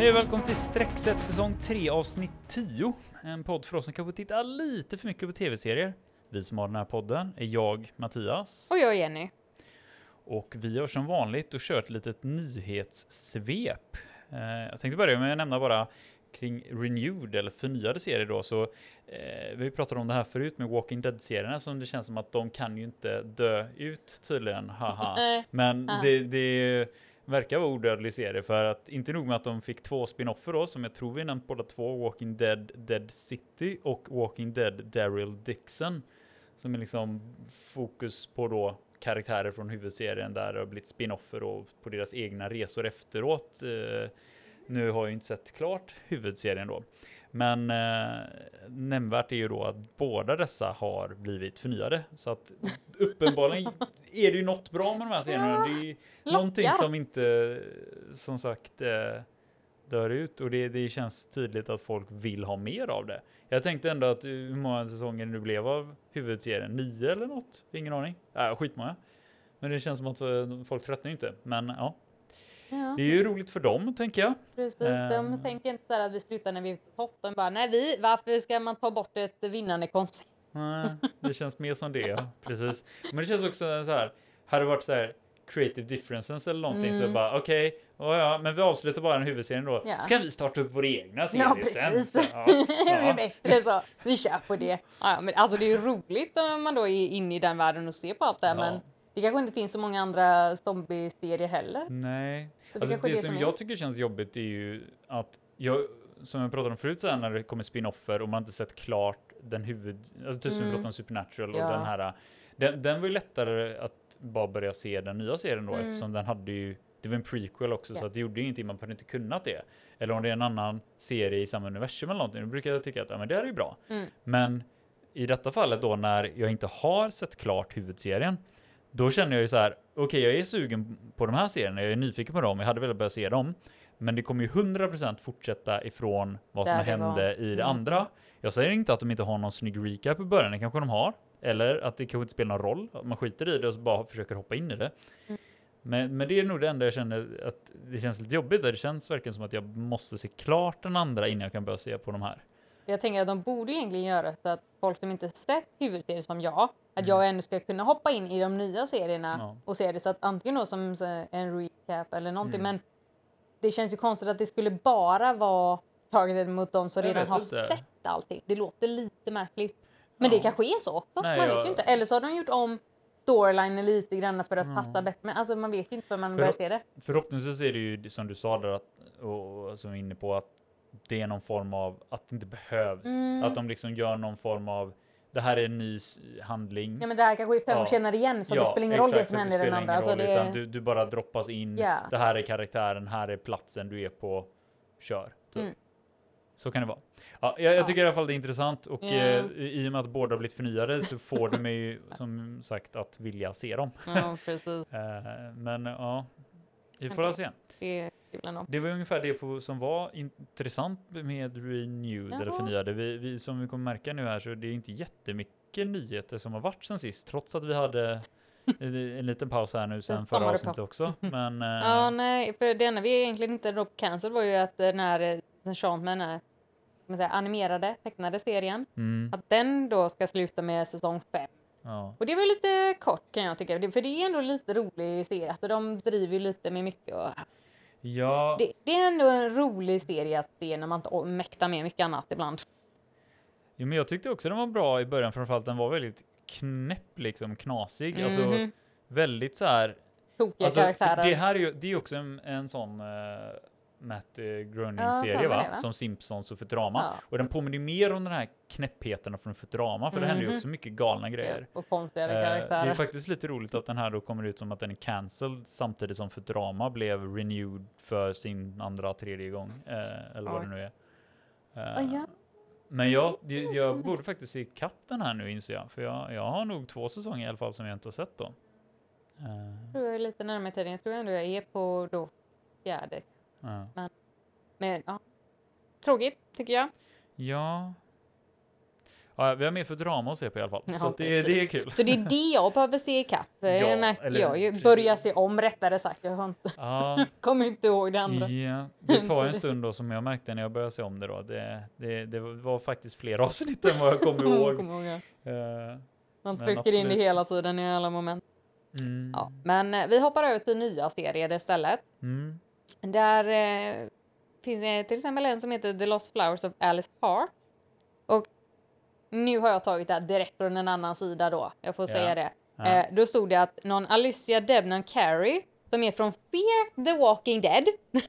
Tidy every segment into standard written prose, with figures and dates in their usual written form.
Hej och välkommen till Streckset säsong 3 avsnitt 10. En podd för oss som kanske tittar lite för mycket på tv-serier. Vi som har den här podden är jag, Mattias. Och jag, Jenny. Och vi har som vanligt och kört ett litet nyhetssvep. Jag tänkte börja med att nämna bara kring renewed eller förnyade serier då. Så vi pratade om det här förut med Walking Dead-serierna som det känns som att de kan ju inte dö ut tydligen. Haha. Men det verkar vara odödlig serie för att inte nog med att de fick 2 spin-offer då som jag tror vi nämnt båda 2, Walking Dead Dead City och Walking Dead Daryl Dixon, som är liksom fokus på då karaktärer från huvudserien där det har blivit spin-offer och på deras egna resor efteråt. Nu har jag inte sett klart huvudserien då. Men nämnvärt är ju då att båda dessa har blivit förnyade. Så att uppenbarligen är det ju något bra med de här serierna. Det är ju någonting som inte, som sagt, dör ut. Och det känns tydligt att folk vill ha mer av det. Jag tänkte ändå att hur många säsonger det blev av huvudserien? 9 eller något? Ingen aning. Skitmånga. Men det känns som att folk tröttnar inte. Men ja. Ja. Det är ju roligt för dem, tänker jag. Precis, de tänker inte så här att vi slutar när vi är på topp. De bara, varför ska man ta bort ett vinnande koncept? Nej, det känns mer som det, ja. Precis. Men det känns också så här, hade det varit så här creative differences eller någonting så bara, okej, men vi avslutar bara den huvudserien då. Ja. Så kan vi starta upp vår egna serie sen. Så, det är bättre så, vi kör på det. Ja, men alltså det är ju roligt om man då är inne i den världen och ser på allt det här, men det kanske inte finns så många andra zombie-serier heller. Nej. Alltså det som jag tycker känns jobbigt är ju att som jag pratade om förut så här, när det kommer spin-offer och man inte sett klart den alltså typ som vi pratade om Supernatural och den här, den var ju lättare att bara börja se den nya serien då eftersom den hade ju, det var en prequel också så att det gjorde ingenting, man hade inte kunnat det. Eller om det är en annan serie i samma universum eller någonting, då brukar jag tycka att men det här är ju bra. Men i detta fallet då när jag inte har sett klart huvudserien, då känner jag ju så här, okej, jag är sugen på de här serierna, jag är nyfiken på dem, jag hade velat börja se dem. Men det kommer ju 100% fortsätta ifrån vad som hände i det andra. Jag säger inte att de inte har någon snygg recap i början, det kanske de har. Eller att det kanske inte spelar någon roll, att man skiter i det och bara försöker hoppa in i det. Men det är nog det enda jag känner att det känns lite jobbigt. Det känns verkligen som att jag måste se klart den andra innan jag kan börja se på de här. Jag tänker att de borde egentligen göra så att folk som inte sett huvudserien som jag, att jag ändå ska kunna hoppa in i de nya serierna och se det, så att antingen då som en recap eller någonting, men det känns ju konstigt att det skulle bara vara taget mot dem som redan har sett allting. Det låter lite märkligt. Men det kanske är så också, man vet ju inte. Eller så har de gjort om storylinen lite grann för att passa bättre. Men alltså man vet ju inte för man börjar se det. Förhoppningsvis är det ju som du sa där, och som är inne på, att det är någon form av att det inte behövs. Att de liksom gör någon form av, det här är en ny handling. Ja, men det här kanske är 5 år senare igen, så det spelar ingen roll det som händer i den andra. Alltså utan du bara droppas in. Det här är karaktären, här är platsen du är på. Kör. Så kan det vara. Ja, jag tycker i alla fall det är intressant. Och i och med att båda har blivit förnyade så får de mig ju som sagt att vilja se dem. Ja, precis. Men ja, vi får se. Det var ungefär det som var intressant med renewed eller förnyade. Vi som vi kommer märka nu här, så det är inte jättemycket nyheter som har varit sen sist, trots att vi hade en liten paus här nu sen förra avsnittet också. Men, nej, för det enda vi egentligen inte då cancel var ju att när Enchantment är animerade, tecknade serien, att den då ska sluta med säsong 5. Ja. Och det var lite kort kan jag tycka, för det är ändå lite rolig serie, alltså de driver ju lite med mycket och det är ändå en rolig serie att se när man inte mäktar med mycket annat ibland. Jo, men jag tyckte också den var bra i början, framförallt den var väldigt knäpp, liksom knasig, alltså väldigt så här tokiga karaktärer. Det här är ju också en sån Matt Groening-serie va? Som Simpsons och Futurama. Och den påminner mer om den här knäppheten från Futurama, för det händer ju också mycket galna grejer. Och konstiga karaktärer. Det är faktiskt lite roligt att den här då kommer ut som att den är cancelled samtidigt som Futurama blev renewed för sin andra, tredje gång. Eller vad det nu är. Men jag borde faktiskt se kapp den här nu, inser jag. För jag har nog 2 säsonger i alla fall som jag inte har sett då. Jag tror jag är lite närmare tiden. Jag tror ändå jag är på då 4:e. Men tråkigt tycker jag. Ja. Ja, vi har mer för drama att se på i alla fall. Ja, så att det är kul. Så det är det jag behöver se i kapp. Ja, märker jag ju. Börja se om rättare sagt. Jag har inte, kommer inte ihåg det andra. Ja, det tar en stund då som jag märkte när jag började se om det då. Det var faktiskt fler avsnitt än vad jag kommer ihåg. Man trycker in det hela tiden i alla moment. Ja, men vi hoppar över till nya serier istället. Där finns det till exempel en som heter The Lost Flowers of Alice Hart. Och nu har jag tagit det här direkt från en annan sida då. Jag får säga det. Då stod det att någon Alicia Debnam Carey, som är från Fear the Walking Dead,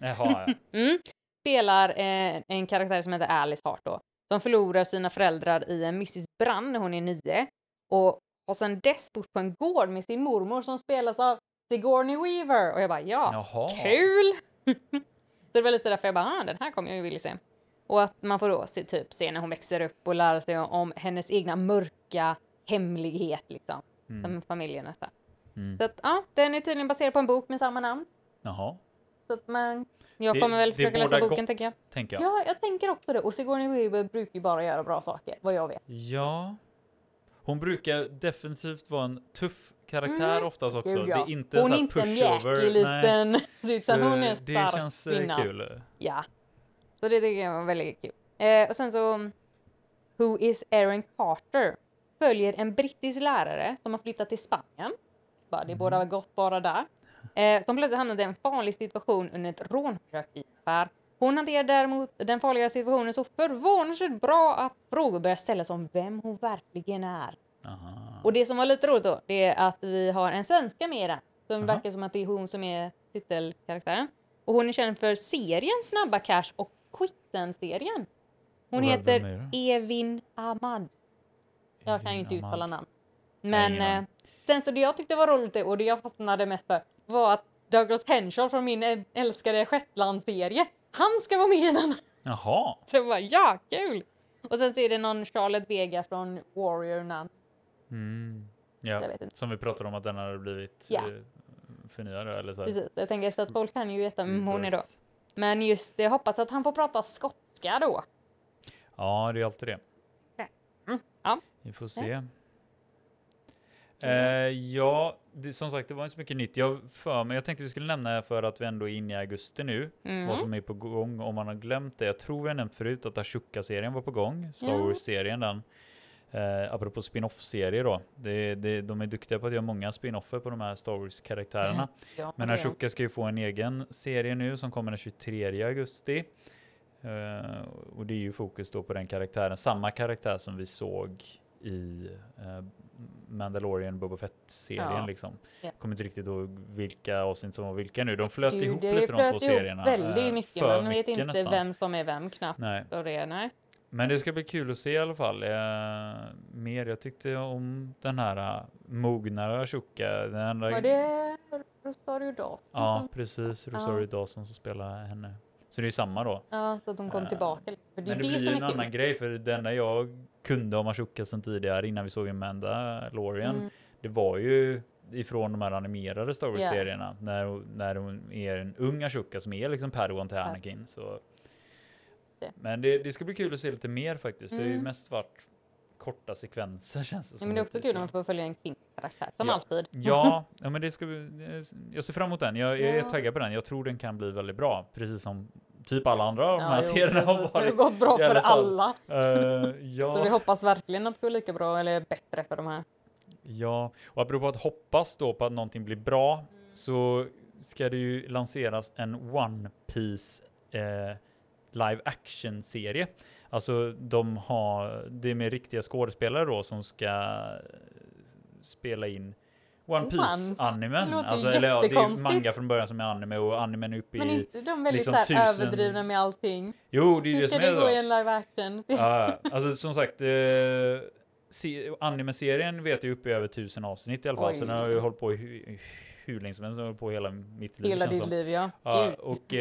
spelar en karaktär som heter Alice Hart då. Som förlorar sina föräldrar i en mystisk brand när hon är 9. Och har sedan dess bott på en gård med sin mormor som spelas av Sigourney Weaver. Och jag bara, kul! Så det var lite därför jag bara, den här kommer jag ju vilja se. Och att man får då se när hon växer upp och lära sig om hennes egna mörka hemlighet liksom. Som familjen nästan. Så att den är tydligen baserad på en bok med samma namn. Jaha. Så att jag kommer väl försöka läsa boken tänker jag. Ja, jag tänker också det. Och Sigourney Weaver brukar ju bara göra bra saker, vad jag vet. Ja. Hon brukar definitivt vara en tuff karaktär oftast också. Gud, ja. Det är inte hon så är inte en pushover. mjäkig liten utan hon är en stark det känns kvinna. kul. Ja. Så det tycker jag var väldigt kul. Och sen så Who is Aaron Carter följer en brittisk lärare som har flyttat till Spanien. Det borde ha gått bara där. Som plötsligt hamnade i en farlig situation under ett rånförsök i en affär. Hon hanterar däremot den farliga situationen så förvånansvärt bra att frågor börjar ställas om vem hon verkligen är. Aha. Och det som var lite roligt då, det är att vi har en svenska med den. Som verkar som att det är hon som är titelkaraktären. Och hon är känd för serien Snabba Cash och Quicksand-serien. Hon heter Evin Ahmad. Jag kan ju inte uttala namn. Men sen så det jag tyckte var roligt och det jag fastnade mest för var att Douglas Henshall från min älskade Shetland-serie, han ska vara med i den. Jaha. Så jag bara, kul! Och sen så är det någon Charlotte Vega från Warrior Nun. Ja, som vi pratade om att den hade blivit förnyad eller så. Precis, jag tänker så att folk kan ju veta vem hon är då. Men just det, jag hoppas att han får prata skotska då. Ja, det är alltid det. Ja. Vi får se. Som sagt, det var inte så mycket nytt. Jag tänkte vi skulle nämna för att vi ändå är inne i augusti nu. Vad som är på gång, om man har glömt det. Jag tror vi har nämnt förut att Ashoka-serien var på gång. Star Wars-serien, den. Apropå spin-off-serier då. De är duktiga på att göra många spin-offer på de här Star Wars-karaktärerna. Men Ashoka ska ju få en egen serie nu som kommer den 23 augusti. Och det är ju fokus då på den karaktären. Samma karaktär som vi såg i Mandalorian Boba Fett-serien liksom. Kommer inte riktigt ihåg vilka avsnitt som var vilka nu. De flöt ihop lite de två serierna. Väldigt mycket. Man vet inte nästan. vem som är vem knappt. Nej. Nej. Men det ska bli kul att se i alla fall. Jag tyckte om den här mognare Ashoka. Var det Rosario Dawson? Ja, precis. Rosario Dawson som spelar henne. Så det är samma då. Ja, så att de kom tillbaka. För men det blir en annan grej. För det enda jag kunde om Ashoka sedan tidigare innan vi såg Mandalorian. Det var ju ifrån de här animerade Star Wars-serierna. När hon är en ung Ashoka som är liksom Padawan till Anakin. Så. Men det ska bli kul att se lite mer faktiskt. Det är ju mest varit korta sekvenser känns det som. Men det är också kul om man får följa en kvinnokaraktär, som alltid. Ja, men det ska jag ser fram emot den. Jag är taggad på den. Jag tror den kan bli väldigt bra. Precis som typ alla andra av de här serierna har varit. Det har gått bra för alla. Så vi hoppas verkligen att det går lika bra eller bättre för de här. Ja, och apropå att hoppas då på att någonting blir bra så ska det ju lanseras en One Piece live action serie. Alltså det är med riktiga skådespelare då som ska spela in One Piece-animen. Alltså, det är manga från början som är anime och animen är uppe i... Men inte de väldigt liksom, så här överdrivna med allting? Jo, det är det som är det gå i en live action? Ja, alltså som sagt... anime-serien vet jag uppe i över 1000 avsnitt i alla fall. Så den har ju hållit på hur länge som helst. Den har hållit på hela mitt liv. Hela ditt liv, ja. Och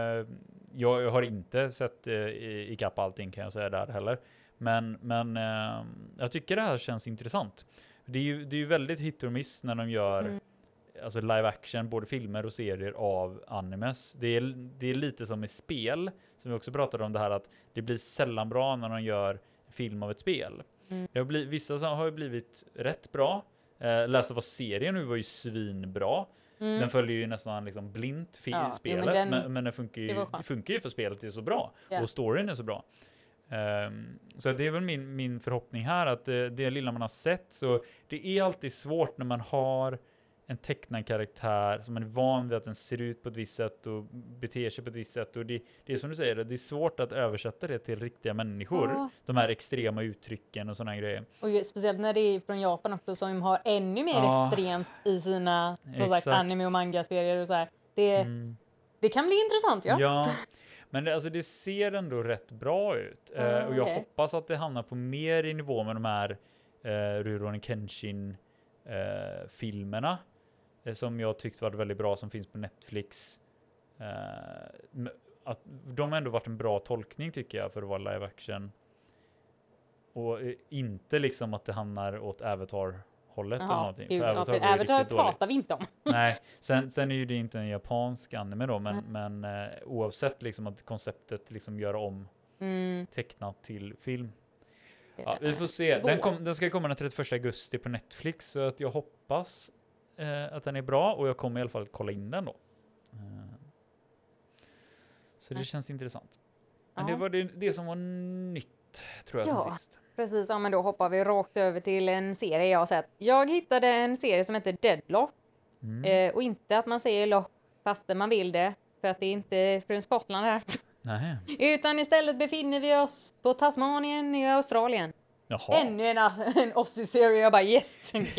jag har inte sett ikapp allting kan jag säga där heller. Men jag tycker det här känns intressant. Det är ju väldigt hit och miss när de gör alltså live action, både filmer och serier av animes. Det är lite som i spel, som vi också pratade om det här att det blir sällan bra när de gör film av ett spel. Vissa har ju blivit rätt bra. Last of Us-serien nu var ju svinbra. Den följer ju nästan liksom blint spelet. Men det funkar ju för spelet är så bra. Yeah. Och storyn är så bra. Så det är väl min förhoppning här att det lilla man har sett, så det är alltid svårt när man har en tecknad karaktär som man är van vid att den ser ut på ett visst sätt och beter sig på ett visst sätt, och det är som du säger, det är svårt att översätta det till riktiga människor, de här extrema uttrycken och sådana grejer. Och speciellt när det är från Japan också, som har ännu mer extremt i sina anime och manga-serier och så här. Det kan bli intressant, ja. Men det ser ändå rätt bra ut. Och jag hoppas att det hamnar på mer i nivå med de här Rurouni Kenshin filmerna som jag tyckte var väldigt bra, som finns på Netflix. Att de har ändå varit en bra tolkning tycker jag för att vara live action. Och inte liksom att det hamnar åt Avatar-hållet eller någonting. För Avatar pratar vi inte om. Nej, sen är ju det inte en japansk anime då, men oavsett liksom att konceptet liksom göra om tecknat till film. Ja, vi får se. Den ska komma den 31 augusti på Netflix, så att jag hoppas att den är bra, och jag kommer i alla fall att kolla in den då. Så det känns intressant. Men det var det som var nytt, tror jag, som sist. Precis, men då hoppar vi rakt över till en serie jag har sett. Jag hittade en serie som heter Deadlock. Och inte att man säger lock fast man vill det, för att det är inte från Skottland här. Nej. Utan istället befinner vi oss på Tasmanien i Australien. Jaha. Ännu en Aussie-serie. Jag bara yes,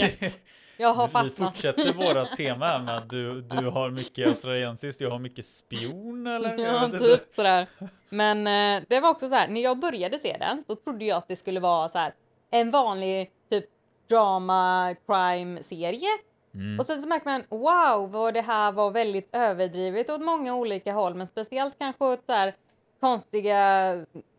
jag har fastnat. Vi fortsätter våra tema här med att du har mycket australiensiskt, jag har mycket spion eller? Ja, typ sådär. Men det var också så här, när jag började se den så trodde jag att det skulle vara så här en vanlig typ drama crime-serie. Och sen så märker man, wow, vad det här var väldigt överdrivet åt många olika håll, men speciellt kanske åt så här konstiga,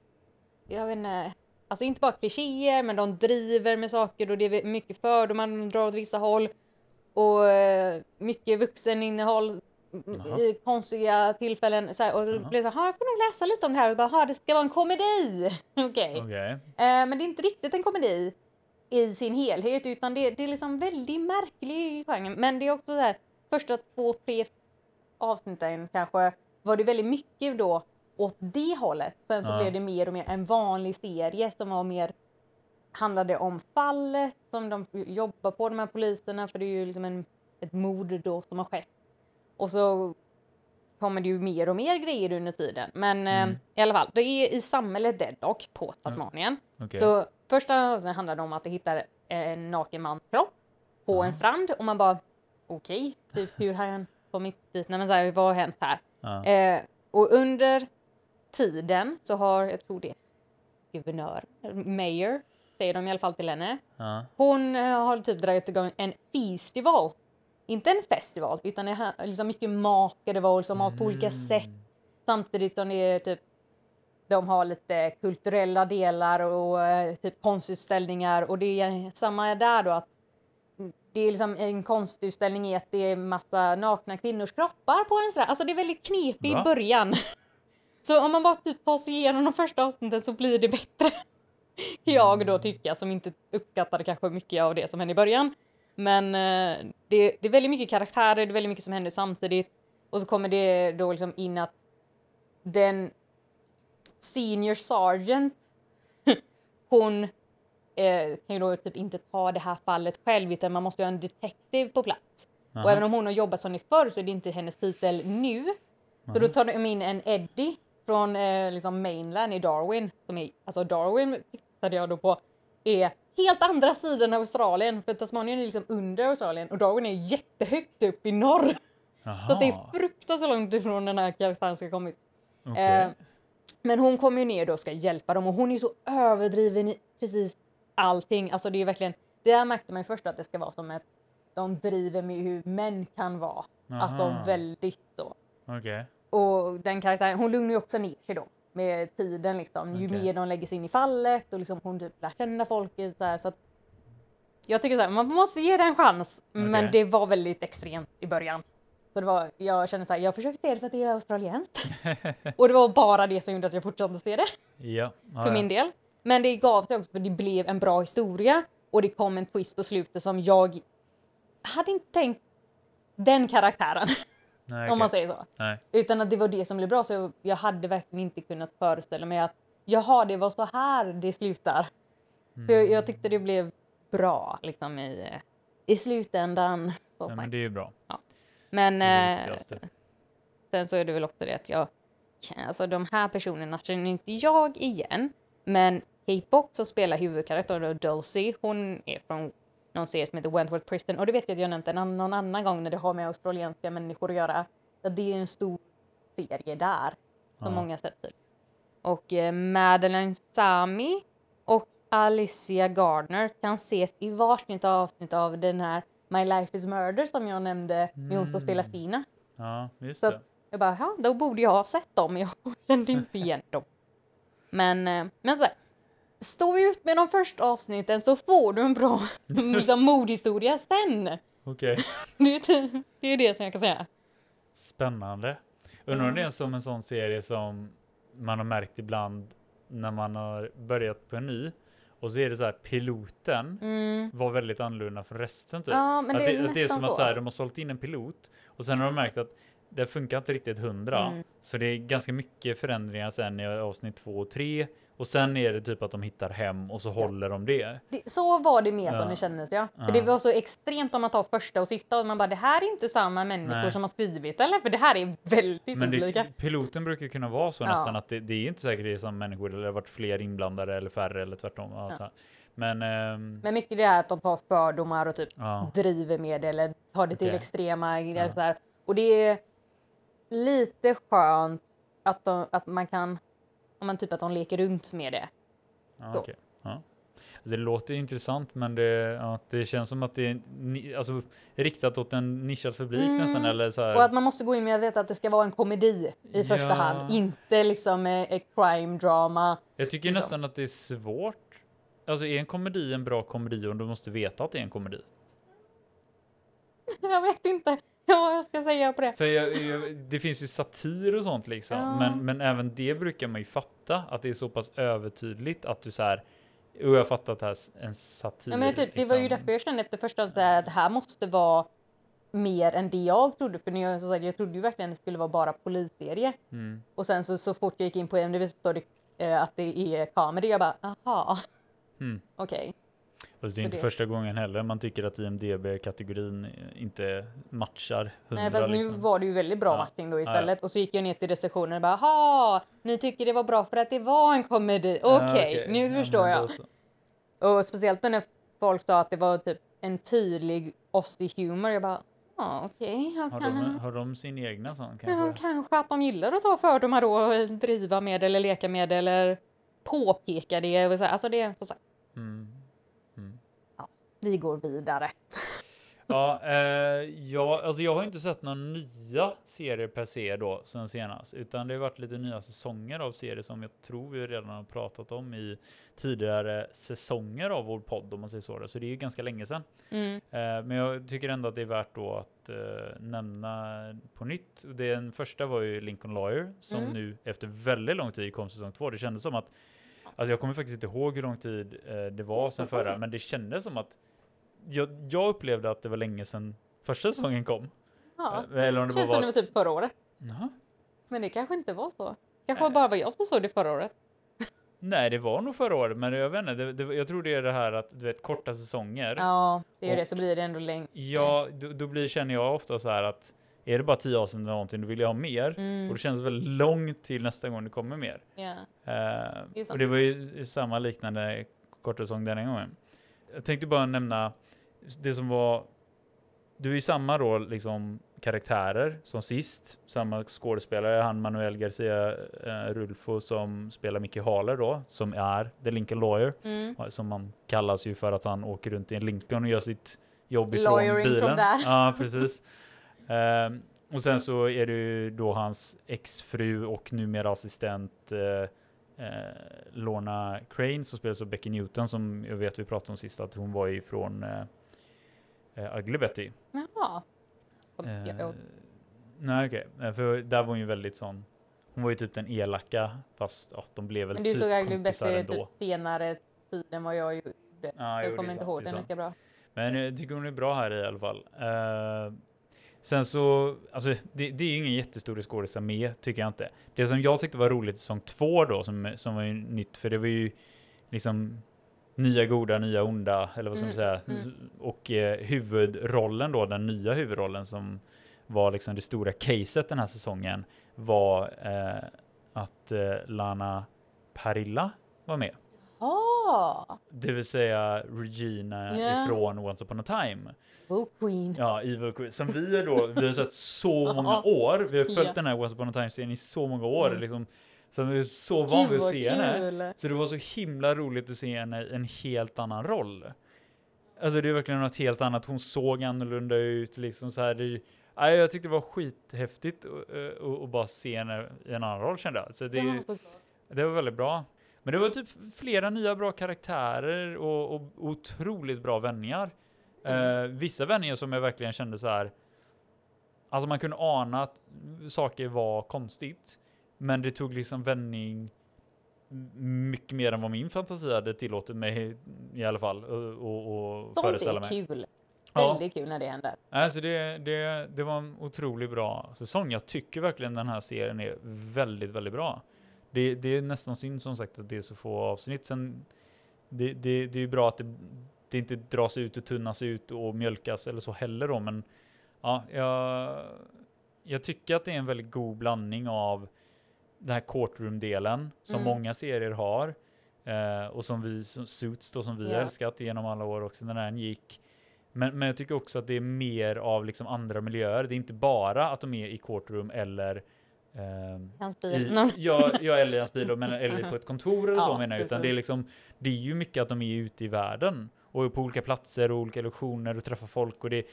jag vet inte, alltså inte bara klichéer, men de driver med saker och det är mycket fördomar, de drar åt vissa håll och mycket vuxeninnehåll i konstiga tillfällen så här, och det blev så här, jag får nog läsa lite om det här och bara, det ska vara en komedi. Okej. Men det är inte riktigt en komedi i sin helhet, utan det är liksom väldigt märklig genre. Men det är också så här, första 2-3 avsnitten kanske var det väldigt mycket då åt det hållet. Sen så blev det mer och mer en vanlig serie som var mer, handlade om fallet som de jobbar på, de här poliserna, för det är ju liksom ett mord då som har skett. Och så kommer det ju mer och mer grejer under tiden. Men i alla fall, det är i samhället Deadlock på Tasmanien. Så första handlade om att de hittar en naken mans kropp på en strand. Och man bara, okej, typ hur har han kommit dit? Nej, men så här, vad har hänt här? Och under tiden så har, jag tror det guvernör, mayor, säger de i alla fall till henne. Hon har typ dragit igång en festival. Inte en festival, utan det är liksom mycket mat ska det vara, liksom mat på olika sätt. Samtidigt som det är typ, de har lite kulturella delar och typ konstutställningar. Och det är samma där då, att det är liksom en konstutställning i att det är massa nakna kvinnors kroppar på en strand. Alltså det är väldigt knepigt i början. Så om man bara typ tar sig igenom de första avsnitten så blir det bättre. Jag då tycker, som inte uppskattade kanske mycket av det som hände i början. Men det är väldigt mycket karaktärer, det är väldigt mycket som händer samtidigt. Och så kommer det då liksom in att den senior sergeant, hon kan ju då typ inte ta det här fallet själv, utan man måste ju ha en detective på plats. Och även om hon har jobbat som det förr så är det inte hennes titel nu. Så då tar de in en Eddie från liksom mainland i Darwin. Som är, alltså Darwin tittade jag då på, är helt andra sidan av Australien. För Tasmanien är liksom under Australien och Darwin är jättehögt upp i norr. Så det är fruktansvärt långt ifrån den här karaktären ska kommit. Men hon kommer ju ner då och ska hjälpa dem. Och hon är så överdriven i precis allting. Alltså det är verkligen, det här märkte man ju först att det ska vara som ett, de driver med hur män kan vara. Alltså väldigt så. Och den karaktären, hon lugnar ju också ner sig då. Med tiden liksom. Ju mer de lägger sig in i fallet. Och liksom hon typ lär känna folket. Så att jag tycker så här, man måste ge det en chans. Men det var väldigt extremt i början. Så det var, jag kände så här, jag försökte se det för att det är australienskt. Och det var bara det som gjorde att jag fortsatte se det. För min del. Men det gav sig också för det blev en bra historia. Och det kom en twist på slutet som jag hade inte tänkt den karaktären. Nej, om man säger så. Nej. Utan att det var det som blev bra. Så jag hade verkligen inte kunnat föreställa mig att jaha, det var så här det slutar. Så jag tyckte det blev bra liksom i slutändan. Så Ja, men det är ju bra. Ja. Men Det är det viktigaste. sen så är det väl också det att alltså de här personerna känner inte jag igen. Men Kate Box som spelar huvudkaraktären Dulcie, hon är från någon serie som heter Wentworth Prison. Och det vet jag att jag nämnt någon annan gång när det har med australienska människor att göra. Att det är en stor serie där. Som många sett till. Och Madeline Sami och Alicia Gardner kan ses i varsitt avsnitt av den här My Life is Murder som jag nämnde med hon som spelar Stina. Ja, just Så det. jag bara, ja, då borde jag ha sett dem. Jag kände inte igen dem. Men så här, stå ut med de första avsnitten så får du en bra liksom, mordhistoria sen. Okej. Det är det som jag kan säga. Spännande. Undrar om det är som en sån serie som man har märkt ibland när man har börjat på en ny. Och så är det så här, piloten var väldigt annorlunda från resten typ. Ja, men det är som att så här, de har sålt in en pilot och sen har de märkt att det funkar inte riktigt 100. Så det är ganska mycket förändringar sen i avsnitt 2 och 3. Och sen är det typ att de hittar hem och så håller de det. Så var det mer som det kändes, ja. För det var så extremt om man tar första och sista och man bara, det här är inte samma människor som har skrivit, eller? För det här är väldigt olika. Piloten brukar kunna vara så nästan att det är inte säkert det är samma människor eller det har varit fler inblandade eller färre eller tvärtom. Alltså. Men mycket det är att de tar fördomar och typ driver med det eller tar det till extrema grejer. Så här. Och det är lite skönt att man kan, om man typ att de leker runt med det. Okay. Ja. Det låter intressant, men det känns som att det är alltså, riktat åt en nischad publik nästan. Eller så här. Och att man måste gå in med att veta att det ska vara en komedi i första hand. Inte liksom ett crime-drama. Jag tycker liksom. Nästan att det är svårt. Alltså är en komedi en bra komedi om du måste veta att det är en komedi? Jag vet inte vad jag ska säga på det. För det finns ju satir och sånt liksom. Men även det brukar man ju fatta. Att det är så pass övertydligt att du så här. Och jag fattar att det här är en satir. Ja, men typ, det var ju därför jag kände efter första att det här måste vara mer än det jag trodde. För när jag trodde ju verkligen att det skulle vara bara polisserie. Och sen så fort jag gick in på IMDb så står det att det är comedy. Jag bara, aha. Okej. Fast det är inte första gången heller man tycker att IMDb-kategorin inte matchar 100. Nej, fast liksom. nu var det ju väldigt bra matchning då istället. Och så gick jag ner till recensionen och bara, aha, ni tycker det var bra för att det var en komedi. Okej, nu förstår jag. Och speciellt när folk sa att det var typ en tydlig Aussie-humor. Jag bara, okej. Har de sin egna sån kanske? Ja, kanske att de gillar att ta fördomar då och driva med eller leka med eller påpeka det. Och så. Alltså det är så sagt. Ja, vi går vidare. Alltså jag har inte sett några nya serier per se då sen senast, utan det har varit lite nya säsonger av serier som jag tror vi redan har pratat om i tidigare säsonger av vår podd, om man säger så. Så det är ju ganska länge sedan. Men jag tycker ändå att det är värt då att nämna på nytt. Den första var ju Lincoln Lawyer som nu efter väldigt lång tid kom säsong 2. Det kändes som att, alltså jag kommer faktiskt inte ihåg hur lång tid det var sen förra, men det kändes som att jag upplevde att det var länge sedan första säsongen kom. Ja, eller om det känns som det var typ förra året. Jaha. Men det kanske inte var så. Kanske bara var jag som såg det förra året. Nej, det var nog förra året, men jag vet inte, jag tror det är det här att du vet korta säsonger. Ja, det är ju det, så blir det ändå länge. Ja, då känner jag ofta så här att är det bara 10 avsnitt eller någonting, då vill jag ha mer. Och det känns väldigt långt till nästa gång det kommer mer. Och det var ju samma liknande korta säsong den gången. Jag tänkte bara nämna det som var, du är ju samma då liksom karaktärer som sist, samma skådespelare, han Manuel Garcia Rulfo som spelar Mickey Haller då, som är The Lincoln Lawyer, som man kallas ju för att han åker runt i en Lincoln och gör sitt jobb ifrån bilen. Ja, precis. Och sen så är det ju då hans exfru och numera assistent Lorna Crane som spelar så Becky Newton, som jag vet vi pratade om sist att hon var ju från Ugly Betty. Jaha. Nej, okej. För där var hon ju väldigt sån hon var ju typ den elaka, fast de blev väl men du typ såg kompisar bättre ändå. typ senare tid än vad jag gjorde. Jag kommer inte ihåg den lika bra. Men jag tycker hon är bra här i alla fall. Sen så, alltså det är ju ingen jättestor skådespelare med, tycker jag inte. Det som jag tyckte var roligt i säsong 2 då, som var ju nytt, för det var ju liksom nya goda, nya onda, eller vad ska man säga. Och huvudrollen då, den nya huvudrollen som var liksom det stora caset den här säsongen, var att Lana Parrilla var med. Det vill säga Regina ifrån Once upon a time. Queen. Ja, Evil Queen. Som vi har sett så många år. Vi har följt den här Once upon a time-serien i så många år. Liksom, så vi är så van vid att se henne. Så det var så himla roligt att se henne i en helt annan roll. Alltså det är verkligen något helt annat. Hon såg annorlunda ut. Liksom så här, jag tyckte det var skithäftigt att bara se henne i en annan roll, kände jag. Så det var väldigt bra. Men det var typ flera nya bra karaktärer och otroligt bra vändningar. Vissa vändningar som jag verkligen kände så här. Alltså man kunde ana att saker var konstigt. Men det tog liksom vändning mycket mer än vad min fantasi hade tillåtit mig i alla fall. Och föreställa mig. Sånt är kul. Väldigt kul när det händer. Alltså det var en otroligt bra säsong. Jag tycker verkligen den här serien är väldigt, väldigt bra. Det är nästan synd som sagt att det är så få avsnitt. Sen, det är ju bra att det inte dras ut och tunnas ut och mjölkas eller så heller då. Men ja, jag tycker att det är en väldigt god blandning av den här courtroom-delen som många serier har. Och som Suits då, som vi har älskat genom alla år också när den gick. Men jag tycker också att det är mer av liksom andra miljöer. Det är inte bara att de är i courtroom eller hans bil. Eller i hans bil eller på ett kontor eller så menar jag, utan det är ju mycket att de är ute i världen och på olika platser och olika lektioner och träffar folk, och det är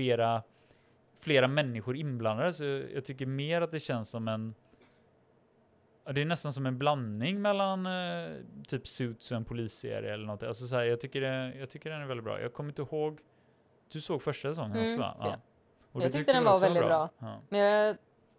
flera människor inblandade, så jag tycker mer att det känns som det är nästan som en blandning mellan typ Suits och en polisserie eller något. Alltså så här, jag tycker den är väldigt bra. Jag kommer inte ihåg, du såg första säsongen också va? Ja. Och jag tyckte den var väldigt bra. Ja. Men jag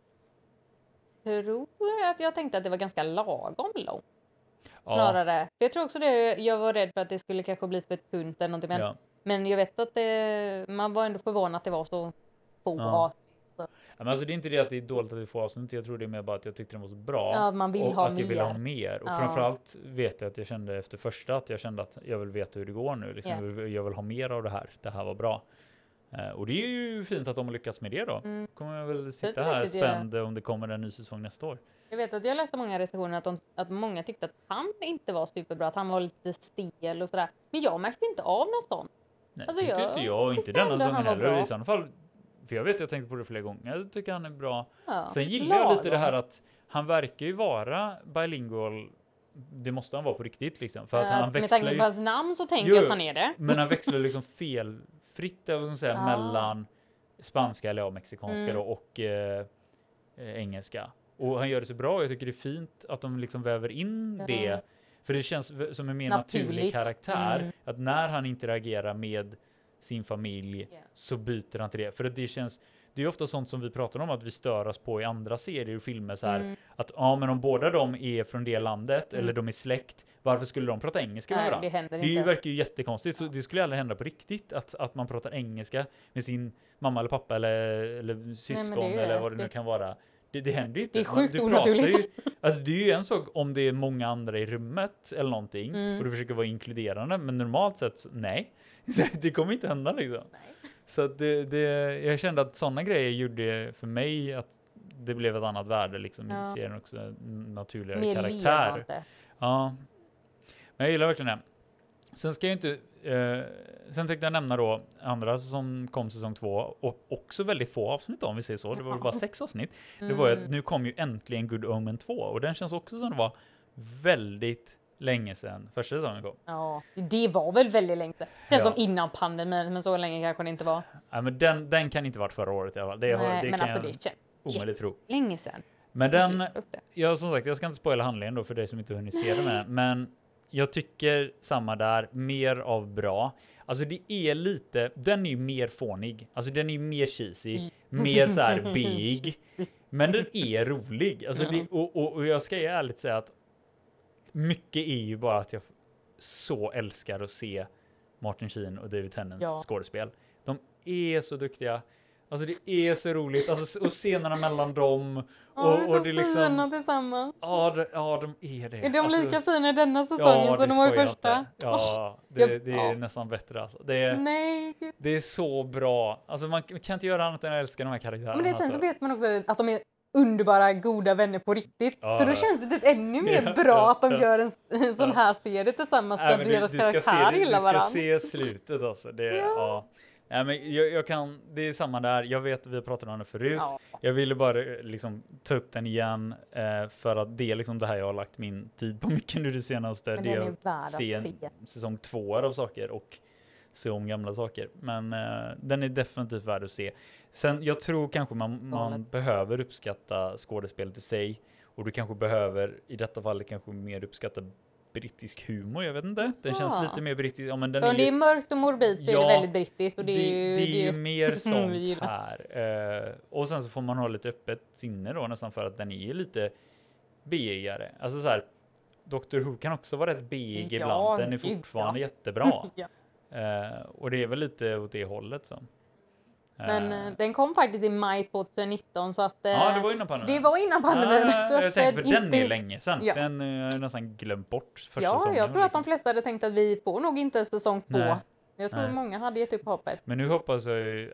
tror att jag tänkte att det var ganska lagom långt. Snarare. För jag tror också jag var rädd för att det skulle kanske bli för tunt eller någonting. Men jag vet att man var ändå förvånad att det var så få avsnitt. Men alltså det är inte det att det är dåligt att vi får avsnitt. Jag tror det är mer bara att jag tyckte den var så bra. Ja, man vill ha att jag ville ha mer. Och framförallt vet jag att jag kände efter första att jag vill veta hur det går nu. Liksom. Jag vill ha mer av det här. Det här var bra. Och det är ju fint att de har lyckats med det då. Kommer jag väl sitta här spänd om det kommer en ny säsong nästa år. Jag vet att jag läste många recensioner att många tyckte att han inte var superbra. Att han var lite stel och sådär. Men jag märkte inte av något sånt. Nej, alltså inte jag och inte denna säsongen heller. I sådana fall, för jag vet jag tänkte på det flera gånger. Jag tycker han är bra. Sen gillar jag lite det här att han verkar ju vara bilingual. Det måste han vara på riktigt liksom. För att han växlar med tanke på hans namn så tänker jag att han är det. Men han växlar liksom felfritt mellan spanska eller mexikanska då, och engelska. Och han gör det så bra. Jag tycker det är fint att de liksom väver in det. För det känns som en mer naturlig karaktär. Att när han interagerar med sin familj så byter han till det. För det är ju ofta sånt som vi pratar om att vi störas på i andra serier och filmer så här. Att men om båda de är från det landet eller de är släkt, varför skulle de prata engelska med varandra? Det händer inte. Det verkar ju jättekonstigt. Så det skulle aldrig hända på riktigt att man pratar engelska med sin mamma eller pappa eller syskon eller vad det nu kan vara. Det händer ju inte. Det är sjukt onaturligt. Alltså det är ju en sak om det är många andra i rummet eller någonting och du försöker vara inkluderande, men normalt sett nej. Det kommer inte hända liksom. Nej. Så att jag kände att sådana grejer gjorde för mig att det blev ett annat värde liksom i serien också, en naturligare mer karaktär. Levande. Ja. Men jag gillar verkligen det. Sen ska jag inte sen tänkte jag nämna då andra som kom säsong 2 och också väldigt få avsnitt om vi säger så. Det var bara 6 avsnitt. Det var att nu kom ju äntligen Good Omen 2 och den känns också som det var väldigt länge sedan första säsongen kom. Ja, det var väl väldigt länge sedan. Det är som innan pandemin, men så länge kanske det inte var. Ja, men den kan inte varit förra året i alla fall. Det men kan alltså jag det känns omöjligt tro. Länge sedan. Men den, som sagt, jag ska inte spoila handlingen då för dig som inte hunnit se det med den, men jag tycker samma där, mer av bra. Alltså det är lite, den är ju mer fånig. Alltså den är ju mer cheesy, mer så här big. Men den är rolig. Alltså och jag ska ärligt säga att mycket är ju bara att jag så älskar att se Martin Sheen och David Tennants skådespel. De är så duktiga. Alltså det är så roligt. Alltså, och scenerna mellan dem. Ja, de är så och det liksom, fina tillsammans. Ja, de är det. Är de lika fina i denna säsongen som de var i första? Inte. Ja, det är nästan bättre. Alltså. Det är så bra. Alltså man kan inte göra annat än att älska de här karaktärerna. Men sen så vet man också att de är underbara, goda vänner på riktigt. Så då känns det typ ännu mer bra att de gör en sån här serie tillsammans där deras karaktär gillar varandra. Du ska se slutet alltså. Ja, men jag kan, det är samma där. Jag vet att vi har pratat om det förut. Ja. Jag ville bara liksom ta upp den igen för att det är liksom det här jag har lagt min tid på mycket nu det senaste. Men det är att se säsong 2 av saker och se om gamla saker. Men den är definitivt värd att se. Sen jag tror kanske man behöver uppskatta skådespelet i sig. Och du kanske behöver i detta fallet kanske mer uppskatta brittisk humor, jag vet inte. Den känns lite mer brittisk. Ja, men den det är mörkt och morbid så är det väldigt brittiskt. Och det är ju mer sånt här. Och sen så får man ha lite öppet sinne då nästan för att den är lite B-igare. Alltså så här, Doctor Who kan också vara rätt B-ig ibland. Den är fortfarande jättebra. Och det är väl lite åt det hållet så. Men den kom faktiskt i maj 2019 så att ja, det var innan pandemin. Det var innan pandemin. Så jag tänkte för den är länge sedan. Ja. Den är nästan glömt bort första säsongen. Jag tror att de flesta hade tänkt att vi får nog inte säsong 2. Jag tror många hade gett upp hoppet. Men nu hoppas jag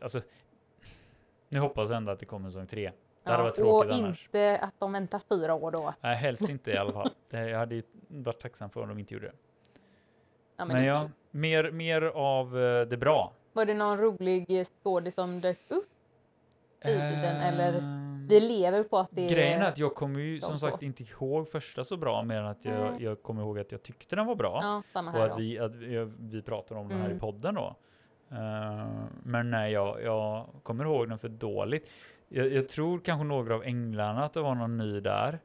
nu hoppas jag ändå att det kommer säsong 3. Det hade varit tråkigt och annars. Inte att de väntar 4 år då. Nej, helst inte i alla fall. Jag hade varit tacksam för om de inte gjorde det. Ja, men mer av det bra. Var det någon rolig skådis som dök upp i den? Eller vi lever på att det är... Grejen är att jag kommer ju som sagt inte ihåg första så bra, mer än att jag kommer ihåg att jag tyckte den var bra. Ja, samma här och att vi pratar om den här i podden då. Men nej, jag kommer ihåg den för dåligt. Jag tror kanske några av änglarna att det var någon ny där.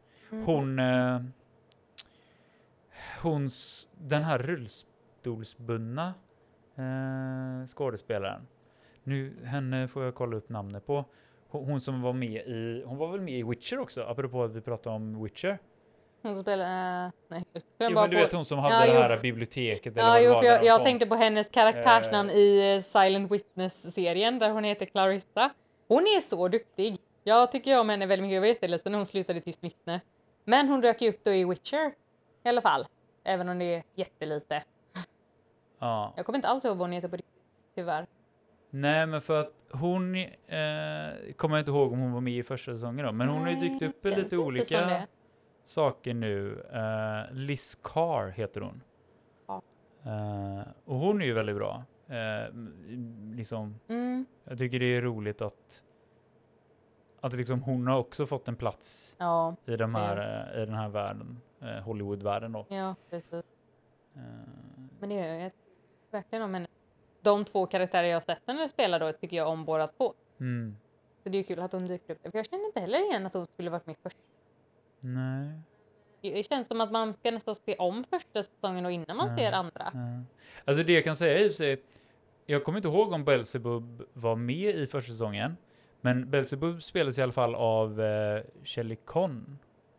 Den här rullstolsbundna skådespelaren. Henne får jag kolla upp namnet på. Hon som var med hon var väl med i Witcher också, apropå att vi pratade om Witcher. Hon som spelar nej. Men du vet hon som hade det här biblioteket eller för jag tänkte på hennes karaktärsnamn i Silent Witness-serien där hon heter Clarissa. Hon är så duktig. Jag tycker om henne väldigt mycket. Jag vet eller när hon slutade till Tyst vittne. Men hon dök ju upp då i Witcher i alla fall, även om det är jättelite. Ja. Jag kommer inte alls ihåg vad hon heter på det, tyvärr. Nej, men för att hon kommer jag inte ihåg om hon var med i första säsongen då, men hon har ju dykt upp i lite olika saker nu. Liz Carr heter hon. Ja. Och hon är ju väldigt bra. Liksom, jag tycker det är roligt att liksom hon har också fått en plats i den här världen, Hollywood-världen då. Ja, precis. Men det är verkligen om henne. De 2 karaktärer jag har sett när spelar då tycker jag om båda 2. Så det är kul att hon dyker upp. För jag känner inte heller igen att hon skulle varit med först. Nej. Det känns som att man ska nästan se om första säsongen och innan man ser andra. Alltså det jag kan säga i sig, jag kommer inte ihåg om Beelzebub var med i första säsongen. Men Beelzebub spelas i alla fall av Shelley Conn.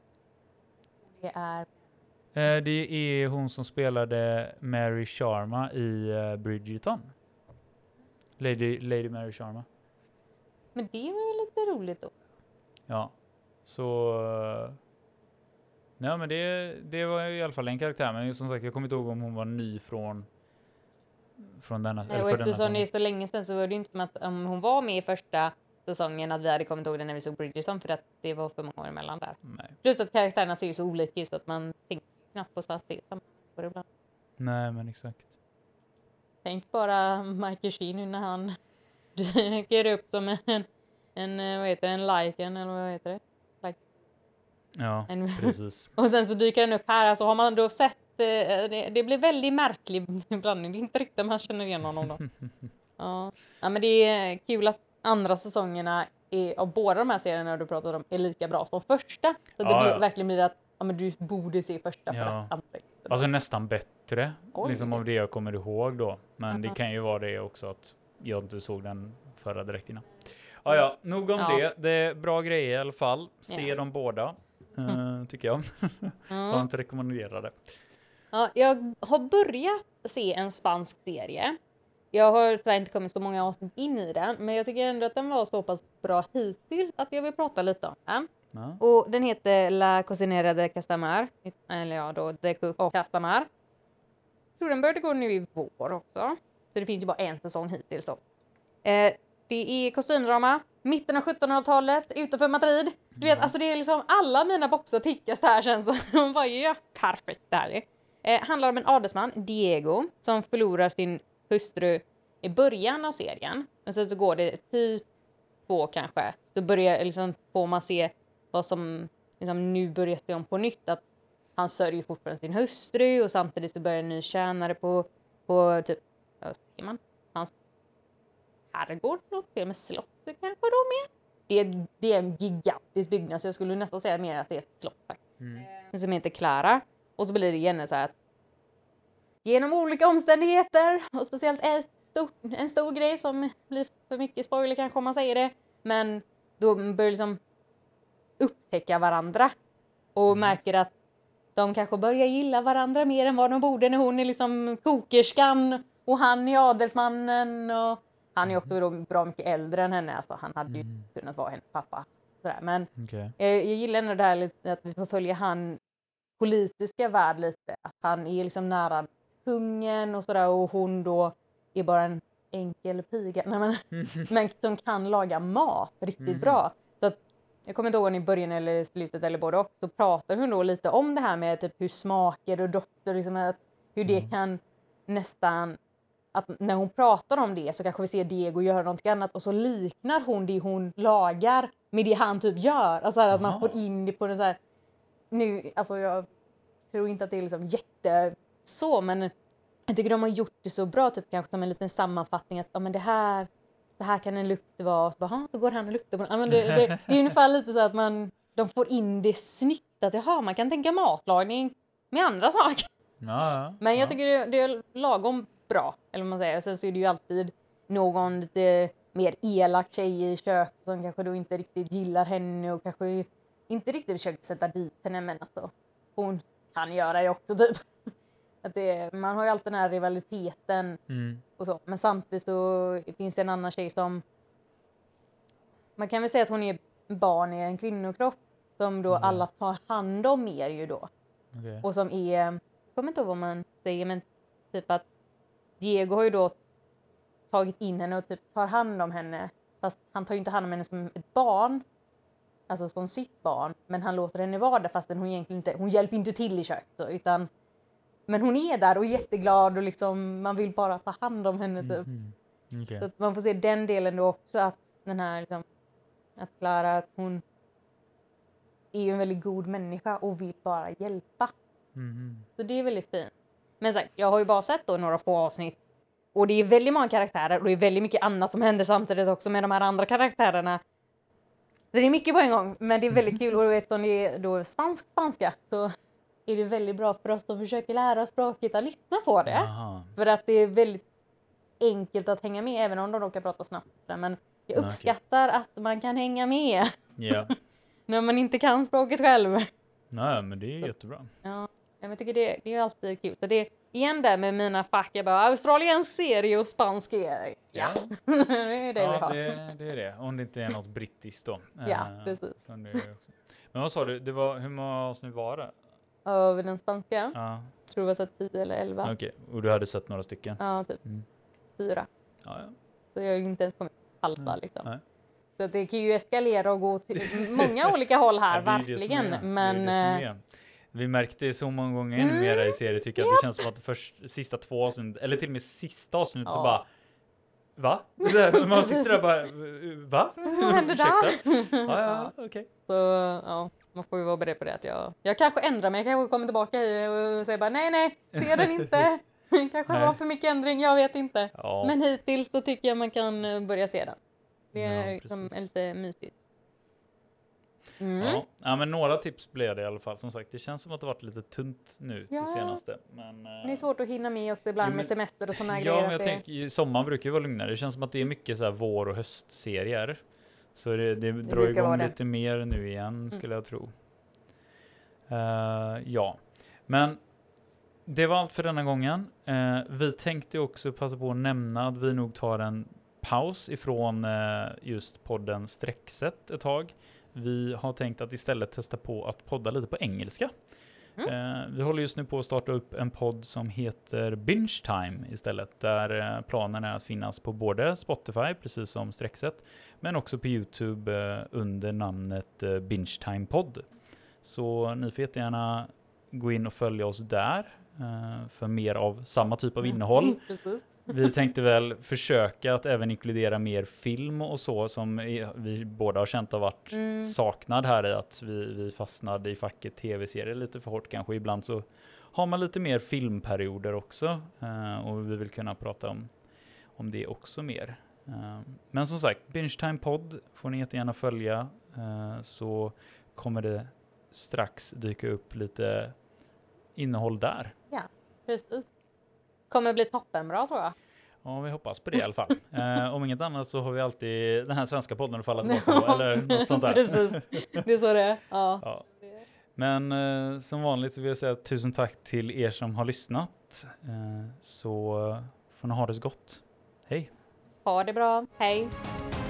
Det är hon som spelade Mary Sharma i Bridgerton. Lady Mary Sharma. Men det var ju lite roligt då. Ja. Så nej, men det var i alla fall en karaktär, men som sagt jag kommer inte ihåg om hon var ny från denna. Nej, och eftersom det är så länge sedan så var det inte som att om hon var med i första säsongen att vi hade kommit ihåg det när vi såg Bridgerton, för att det var för många år emellan där. Nej. Plus att karaktärerna ser ju så olika ut så att man tänker knappt på så att det är samma ibland. Nej, men exakt. Tänk bara Michael Sheen nu när han dyker upp som en vad heter det, en lichen eller vad heter det? Like. Ja, precis. Och sen så dyker den upp här, alltså har man då sett det blir väldigt märklig blandning. Det är inte riktigt man känner igen honom då. Ja, men det är kul att andra säsongerna av båda de här serierna du pratade om är lika bra som första. Så det verkligen blir att men du borde se första för att andra. Alltså nästan bättre. Liksom av det jag kommer ihåg då. Men det kan ju vara det också att jag inte såg den förra direkt innan. Ja, nog om det. Det är bra grejer i alla fall. Se dem båda, tycker jag. Varmt rekommenderade. Ja, jag har börjat se en spansk serie. Jag har tyvärr inte kommit så många avsnitt in i den, men jag tycker ändå att den var så pass bra hittills att jag vill prata lite om den. Ja. Och den heter La Cocinera de Castamar, eller ja då, The Cook of Castamar. Jag tror den började gå nu i vår också, så det finns ju bara en säsong hittills. Så. Det är kostymdrama, mitten av 1700-talet, utanför Madrid. Du vet, alltså det är liksom alla mina boxar tickas där, känns som. Bara, ja, perfekt där. Handlar om en adelsman, Diego, som förlorar sin hustru i början av serien. Men sen så går det typ 2 kanske. Så börjar liksom, får man se vad som liksom, nu börjar se om på nytt. Att han sörjer fortfarande sin hustru och samtidigt så börjar en ny tjänare på typ, vad säger man? Hans herrgård, något fel med slottet kanske då med. Det är en gigantisk byggnad, så jag skulle nästan säga mer att det är ett slott som heter Clara. Och så blir det igen så här att genom olika omständigheter och speciellt en stor grej som blir för mycket spoiler kanske om man säger det, men då börjar liksom upptäcka varandra och märker att de kanske börjar gilla varandra mer än vad de borde när hon är liksom kokerskan och han är adelsmannen och han är också bra mycket äldre än henne, alltså han hade ju kunnat vara hennes pappa. Sådär. Men jag gillar ändå det här lite, att vi får följa han politiska värld lite, att han är liksom nära kungen och sådär och hon då är bara en enkel piga men som kan laga mat riktigt bra. Så att, jag kommer inte ihåg i början eller slutet eller både och, så pratar hon då lite om det här med typ hur smaker och dofter liksom, att hur det kan nästan, att när hon pratar om det så kanske vi ser Diego göra något annat och så liknar hon det hon lagar med det han typ gör. Alltså att man får in det på den så här, nu, alltså jag tror inte att det är liksom jätte så, men jag tycker de har gjort det så bra, typ kanske som en liten sammanfattning att men det här kan en lukt vara, så går han och luktar på den. Men det är ungefär lite så att de får in det snyggt, att man kan tänka matlagning med andra saker. Men jag tycker det är lagom bra, eller vad man säger. Sen så är det ju alltid någon lite mer elak tjej i köket som kanske då inte riktigt gillar henne och kanske inte riktigt försökt sätta dit henne, men alltså hon kan göra det också typ. Att man har ju alltid den här rivaliteten och så. Men samtidigt så finns det en annan tjej som, man kan väl säga att hon är barn i en kvinnokropp som då alla tar hand om mer ju då. Och som är, jag kommer inte ihåg vad man säger, men typ att Diego har ju då tagit in henne och typ tar hand om henne. Fast han tar ju inte hand om henne som ett barn. Alltså som sitt barn. Men han låter henne vara där fastän hon egentligen inte, hon hjälper inte till i köket så, utan men hon är där och är jätteglad och liksom man vill bara ta hand om henne typ. Så att man får se den delen då också, att den här liksom, att Clara, att hon är ju en väldigt god människa och vill bara hjälpa. Så det är väldigt fint. Men så här, jag har ju bara sett då några få avsnitt och det är väldigt många karaktärer och det är väldigt mycket annat som händer samtidigt också med de här andra karaktärerna. Det är mycket på en gång, men det är väldigt kul, och du vet, om det är då spanska så är det väldigt bra för oss som försöker lära språket att lyssna på det. För att det är väldigt enkelt att hänga med, även om de råkar prata snabbt. Men jag uppskattar att man kan hänga med när man inte kan språket själv. Nej, men det är jättebra. Ja, jag tycker det är alltid kul. Så det är igen där med mina fack, jag bara australiensk serie och spansk serie. Ja, det är det vi har. Det är det. Om det inte är något brittiskt då. Ja, precis. Men vad sa du? Det var, hur många avsnitt var det? Av den spanska? Ja. Jag tror det var så 10 eller 11. Okej, och du hade sett några stycken? Ja, typ 4. Ja. Så jag har inte ens kommit halva liksom. Nej. Så det kan ju eskalera och gå till många olika håll här, verkligen. Men vi märkte så många gånger numera i serier, tycker jag, att det känns som att sista 2 avsnitt, eller till och med sista avsnittet så bara, va? Man sitter där bara, va? Vad hände där? Ja, okej. Så ja, man får ju vara beredd på det, att jag kanske ändrar mig, jag kanske kommer tillbaka och säger bara nej, se den inte. Kanske var för mycket ändring, jag vet inte. Ja. Men hittills så tycker jag man kan börja se den. Det är liksom lite mysigt. Ja, men några tips blev det i alla fall. Som sagt, det känns som att det varit lite tunt nu det senaste. Men, det är svårt att hinna med också ibland med semester och sådana grejer. Ja, men jag tänker, sommaren brukar ju vara lugnare. Det känns som att det är mycket så här vår- och höstserier. Så det drar igång lite mer nu igen, skulle jag tro. Ja, men det var allt för denna gången. Vi tänkte också passa på att nämna att vi nog tar en paus ifrån just podden Streckset ett tag. Vi har tänkt att istället testa på att podda lite på engelska. Vi håller just nu på att starta upp en podd som heter Binge Time istället, där planen är att finnas på både Spotify, precis som Streckset, men också på YouTube under namnet Binge Time Podd. Så ni får jättegärna gå in och följa oss där för mer av samma typ av innehåll. Vi tänkte väl försöka att även inkludera mer film och så, som vi båda har känt har varit saknad här i, att vi fastnade i facket tv-serier lite för hårt kanske. Ibland så har man lite mer filmperioder också, och vi vill kunna prata om det också mer. Men som sagt, Binge Time Podd får ni jättegärna följa, så kommer det strax dyka upp lite innehåll där. Ja, precis. Kommer bli toppenbra, tror jag. Ja, vi hoppas på det i alla fall. Om inget annat så har vi alltid den här svenska podden att falla tillbaka på, eller något sånt där. Precis, det är så det är. Ja. Men som vanligt så vill jag säga tusen tack till er som har lyssnat. Så får ni ha det så gott. Hej! Ha det bra, hej!